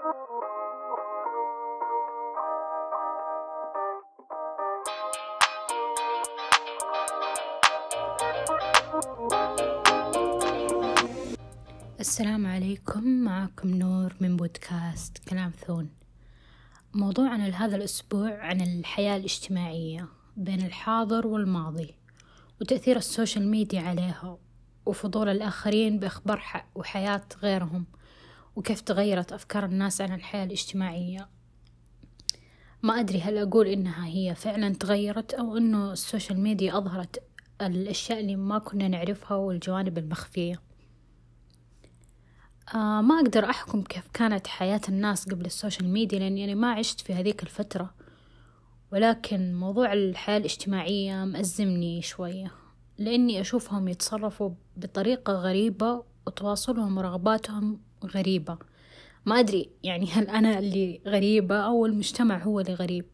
السلام عليكم، معكم نور من بودكاست كلام ثون. موضوعنا لهذا الأسبوع عن الحياة الاجتماعية بين الحاضر والماضي، وتأثير السوشيال ميديا عليها، وفضول الآخرين بأخبار وحياة غيرهم، وكيف تغيرت أفكار الناس عن الحياة الاجتماعية. ما أدري هل أقول إنها هي فعلا تغيرت، أو إنه السوشيال ميديا أظهرت الأشياء اللي ما كنا نعرفها والجوانب المخفية. ما أقدر أحكم كيف كانت حياة الناس قبل السوشيال ميديا، لأني أنا ما عشت في هذيك الفترة، ولكن موضوع الحياة الاجتماعية مأزمني شوية، لأني أشوفهم يتصرفوا بطريقة غريبة، وتواصلهم ورغباتهم غريبة. ما أدري يعني هل أنا اللي غريبة أو المجتمع هو اللي غريب.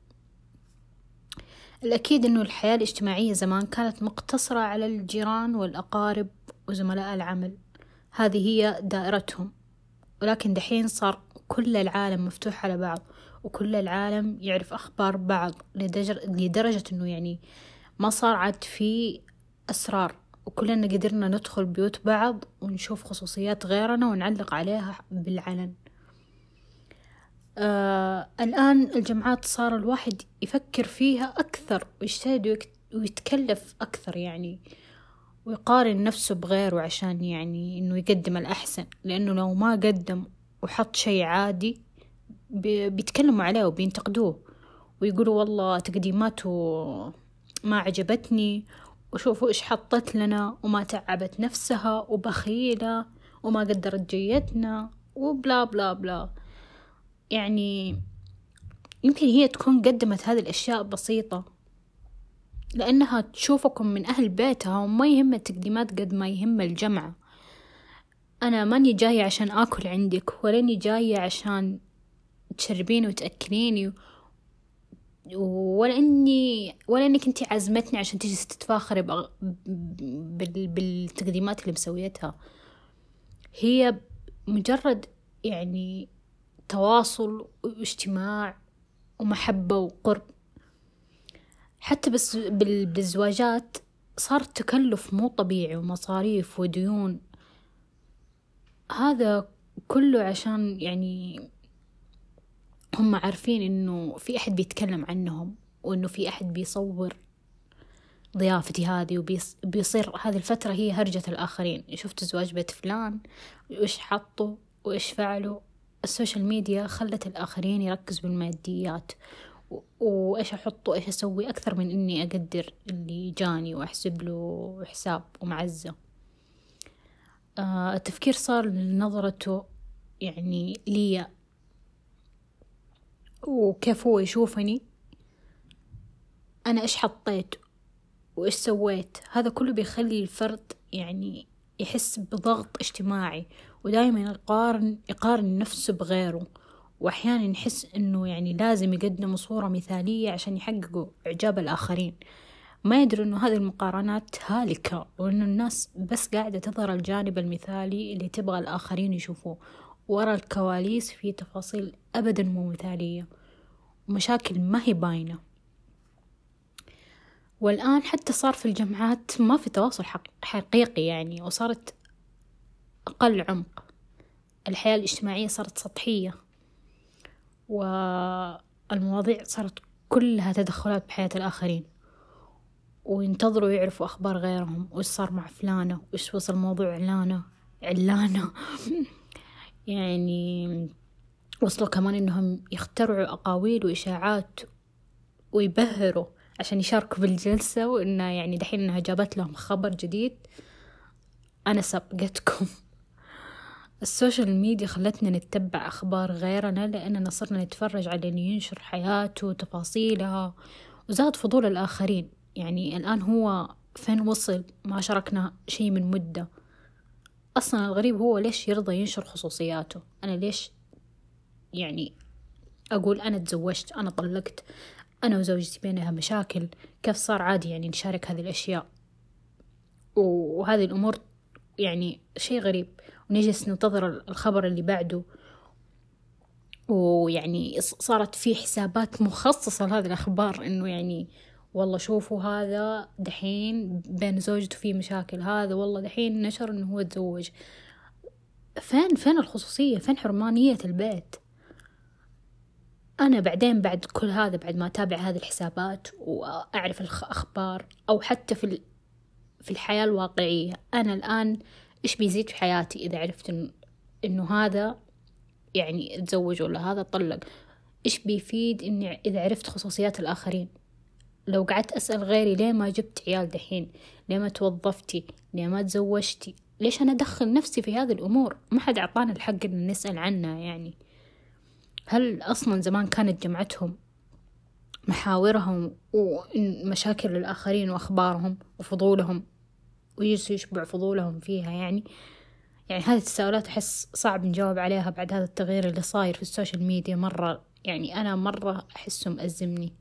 الأكيد أنه الحياة الاجتماعية زمان كانت مقتصرة على الجيران والأقارب وزملاء العمل، هذه هي دائرتهم. ولكن دحين صار كل العالم مفتوح على بعض، وكل العالم يعرف أخبار بعض لدرجة أنه يعني ما صار عاد في أسرار، وكلنا قدرنا ندخل بيوت بعض ونشوف خصوصيات غيرنا ونعلق عليها بالعلن. الآن الجامعات صار الواحد يفكر فيها أكثر ويجتهد ويتكلف أكثر، يعني ويقارن نفسه بغيره عشان يعني إنه يقدم الأحسن، لأنه لو ما قدم وحط شيء عادي بيتكلموا عليه وبينتقدوه ويقولوا والله تقديماته ما عجبتني، وشوفوا إيش حطت لنا وما تعبت نفسها وبخيلة وما قدرت جيتنا وبلا بلا بلا. يعني يمكن هي تكون قدمت هذه الأشياء بسيطة لأنها تشوفكم من أهل بيتها وما يهم التقديمات قد ما يهم الجمعة. أنا ماني جاية عشان آكل عندك، ولاني جاية عشان تشربيني وتأكليني، ولا إنك أنتي عزمتني عشان تيجي تتفاخري بالتقديمات اللي مسويتها. هي مجرد يعني تواصل واجتماع ومحبة وقرب. حتى بس بالزواجات صار تكلف مو طبيعي ومصاريف وديون، هذا كله عشان يعني هم عارفين إنه في أحد بيتكلم عنهم، وإنه في أحد بيصور ضيافتي هذه، وبيصير هذه الفترة هي هرجة الآخرين. شفت زواج بيت فلان وإيش حطوا وإيش فعلوا. السوشيال ميديا خلت الآخرين يركز بالماديات وإيش أحط وإيش أسوي أكثر من إني أقدر اللي جاني وأحسب له حساب ومعزة. التفكير صار لنظرته يعني لي وكيف هو يشوفني أنا، إيش حطيت وإيش سويت. هذا كله بيخلي الفرد يعني يحس بضغط اجتماعي، ودائما يقارن نفسه بغيره، وأحيانا يحس إنه يعني لازم يقدموا صورة مثالية عشان يحققوا إعجاب الآخرين. ما يدروا إنه هذه المقارنات هالكة، وإنه الناس بس قاعدة تظهر الجانب المثالي اللي تبغى الآخرين يشوفوه، ورا الكواليس في تفاصيل أبدا مو مثالية ومشاكل ما هي باينة. والآن حتى صار في الجامعات ما في تواصل حقيقي يعني، وصارت أقل عمق. الحياة الاجتماعية صارت سطحية، والمواضيع صارت كلها تدخلات بحياة الآخرين، وينتظروا يعرفوا أخبار غيرهم، وإيش صار مع فلانة وإيش وصل موضوع علانة يعني وصلوا كمان إنهم يخترعوا أقاويل وإشاعات ويبهروا عشان يشاركوا بالجلسة، وإنه يعني دحين إنها جابت لهم خبر جديد. أنا سبقتكم. السوشيال ميديا خلتنا نتبع أخبار غيرنا، لأننا صرنا نتفرج على اللي ينشر حياته وتفاصيلها، وزاد فضول الآخرين. يعني الآن هو فين وصل؟ ما شاركنا شيء من مدة. أصلا الغريب هو ليش يرضى ينشر خصوصياته؟ أنا ليش يعني أقول أنا تزوجت، أنا طلقت، أنا وزوجتي بينها مشاكل؟ كيف صار عادي يعني نشارك هذه الأشياء وهذه الأمور؟ يعني شيء غريب. ونجلس ننتظر الخبر اللي بعده، ويعني صارت في حسابات مخصصة لهذه الأخبار، إنه يعني والله شوفوا هذا دحين بين زوجته في مشاكل، هذا والله دحين نشر إنه هو تزوج. فين الخصوصية؟ فين حرمانية البيت؟ أنا بعدين بعد كل هذا، بعد ما أتابع هذه الحسابات وأعرف الأخبار، أو حتى في الحياة الواقعية، أنا الآن إيش بيزيد في حياتي إذا عرفت إنه هذا يعني تزوج ولا هذا طلق؟ إيش بيفيد إني إذا عرفت خصوصيات الآخرين؟ لو قعدت أسأل غيري ليه ما جبت عيال دحين، ليه ما توظفتي، ليه ما تزوجتي، ليش أنا أدخل نفسي في هذه الأمور؟ ما حد أعطانا الحق إن نسأل عنها. يعني هل أصلا زمان كانت جمعتهم محاورهم ومشاكل الآخرين وأخبارهم وفضولهم، ويجلسوا يشبع فضولهم فيها؟ يعني هذه التساؤلات أحس صعب نجاوب عليها بعد هذا التغيير اللي صاير في السوشيال ميديا. مرة يعني أنا مرة أحسه مأزمني،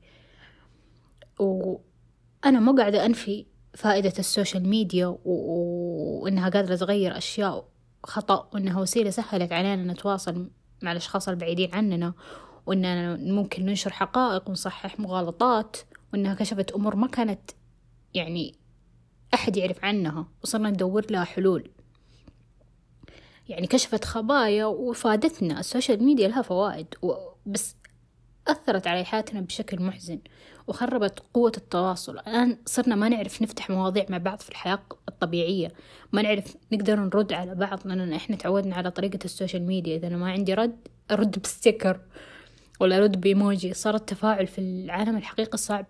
وأنا مو قاعدة أنفي فائدة السوشيال ميديا وإنها قادرة تغير أشياء خطأ، وإنها وسيلة سهلت علينا نتواصل مع الأشخاص البعيدين عننا، وإننا ممكن ننشر حقائق ونصحح مغالطات، وإنها كشفت أمور ما كانت يعني أحد يعرف عنها وصرنا ندور لها حلول. يعني كشفت خبايا وفادتنا. السوشيال ميديا لها فوائد، بس أثرت على حياتنا بشكل محزن وخربت قوة التواصل. الآن صرنا ما نعرف نفتح مواضيع مع بعض في الحياة الطبيعية، ما نعرف نقدر نرد على بعض، لأننا إحنا تعودنا على طريقة السوشيال ميديا. إذا أنا ما عندي أرد بستيكر ولا أرد بإيموجي. صار التفاعل في العالم الحقيقي صعب.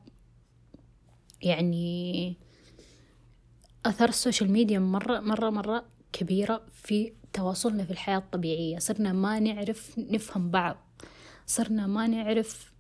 يعني أثر السوشيال ميديا مرة كبيرة في تواصلنا في الحياة الطبيعية. صرنا ما نعرف نفهم بعض، صرنا ما نعرف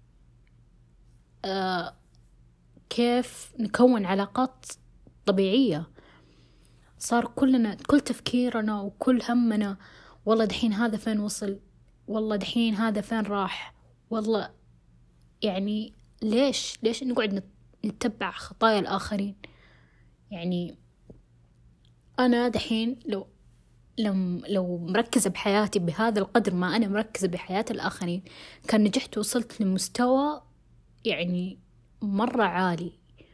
كيف نكون علاقات طبيعية. صار كل تفكيرنا وكل همنا والله دحين هذا فين وصل، والله دحين هذا فين راح، والله يعني ليش نقعد نتبع خطايا الآخرين؟ يعني أنا دحين لو مركزة بحياتي بهذا القدر ما أنا مركزة بحياة الآخرين، كان نجحت وصلت لمستوى يعني مرة عالي.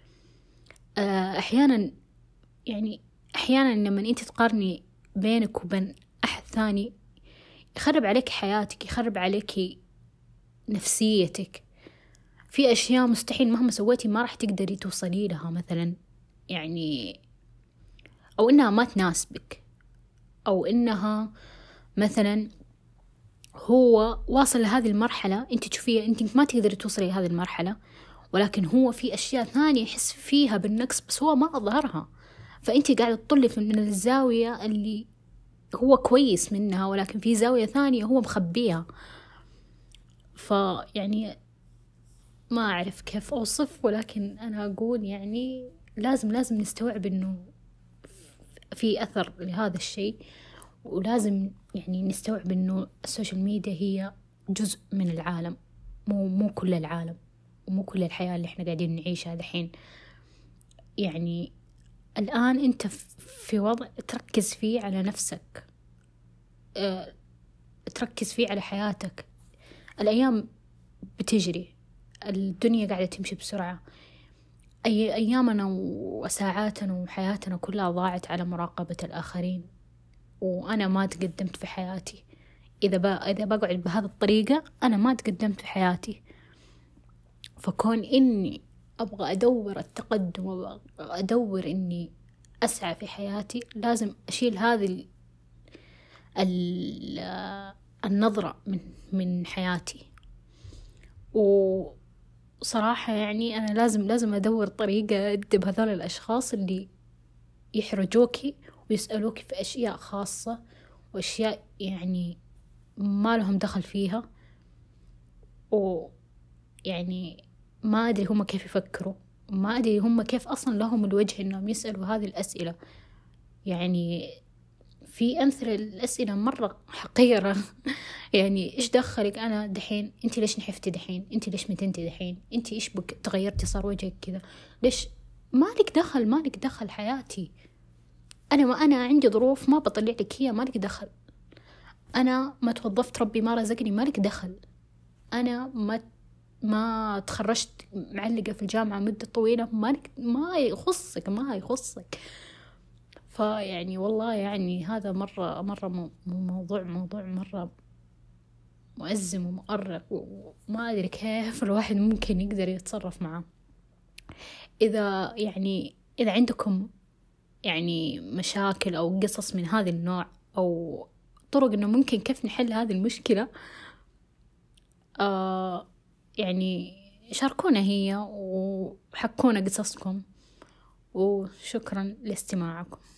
أحيانا لما أنت تقارني بينك وبين أحد ثاني يخرب عليك حياتك، يخرب عليك نفسيتك. في أشياء مستحيل مهما سويتي ما راح تقدري توصلي لها مثلا، يعني أو إنها ما تناسبك، أو إنها مثلا هو واصل لهذه المرحلة أنت تشوفيها أنت ما تقدري توصلي لهذه المرحلة، ولكن هو في أشياء ثانية يحس فيها بالنقص بس هو ما أظهرها، فأنت قاعدة تطلي من الزاوية اللي هو كويس منها، ولكن في زاوية ثانية هو مخبيها. فيعني ما أعرف كيف أوصف، ولكن أنا أقول يعني لازم نستوعب إنه في أثر لهذا الشيء، ولازم يعني نستوعب إنه السوشيال ميديا هي جزء من العالم، مو كل العالم، ومو كل الحياة اللي إحنا قاعدين نعيشها دحين. يعني الآن أنت في وضع تركز فيه على نفسك، تركز فيه على حياتك. الأيام بتجري، الدنيا قاعدة تمشي بسرعة، أيامنا وساعاتنا وحياتنا كلها ضاعت على مراقبة الآخرين، وأنا ما تقدمت في حياتي. إذا بقعد بهذه الطريقة أنا ما تقدمت في حياتي. فكون إني أبغى أدور التقدم وأدور إني أسعى في حياتي، لازم أشيل هذه النظرة من حياتي. وصراحة يعني أنا لازم أدور طريقة أدب هذول الأشخاص اللي يحرجوكي ويسألوكي في أشياء خاصة وأشياء يعني ما لهم دخل فيها، ويعني ما أدري هم كيف يفكروا، ما أدري هم كيف أصلا لهم الوجه إنهم يسألوا هذه الأسئلة. يعني في أمثلة الأسئلة مرة حقيرة. يعني إيش دخلك أنا دحين؟ أنت ليش نحفتي دحين؟ أنت ليش متنتي دحين؟ أنت إيش بك تغيرتي صار وجهك كذا؟ ليش مالك دخل حياتي؟ أنا عندي ظروف ما بطلع لك هي، مالك دخل. أنا ما توظفت، ربي ما رزقني، مالك دخل. أنا ما تخرجت معلقة في الجامعة مدة طويلة، ما يخصك. فيعني والله يعني هذا مرة موضوع مرة مؤزم ومؤرق، وما أدري كيف الواحد ممكن يقدر يتصرف معه. إذا عندكم يعني مشاكل أو قصص من هذا النوع، أو طرق إنه ممكن كيف نحل هذه المشكلة، يعني شاركونا هي وحكونا قصصكم، وشكرا لاستماعكم.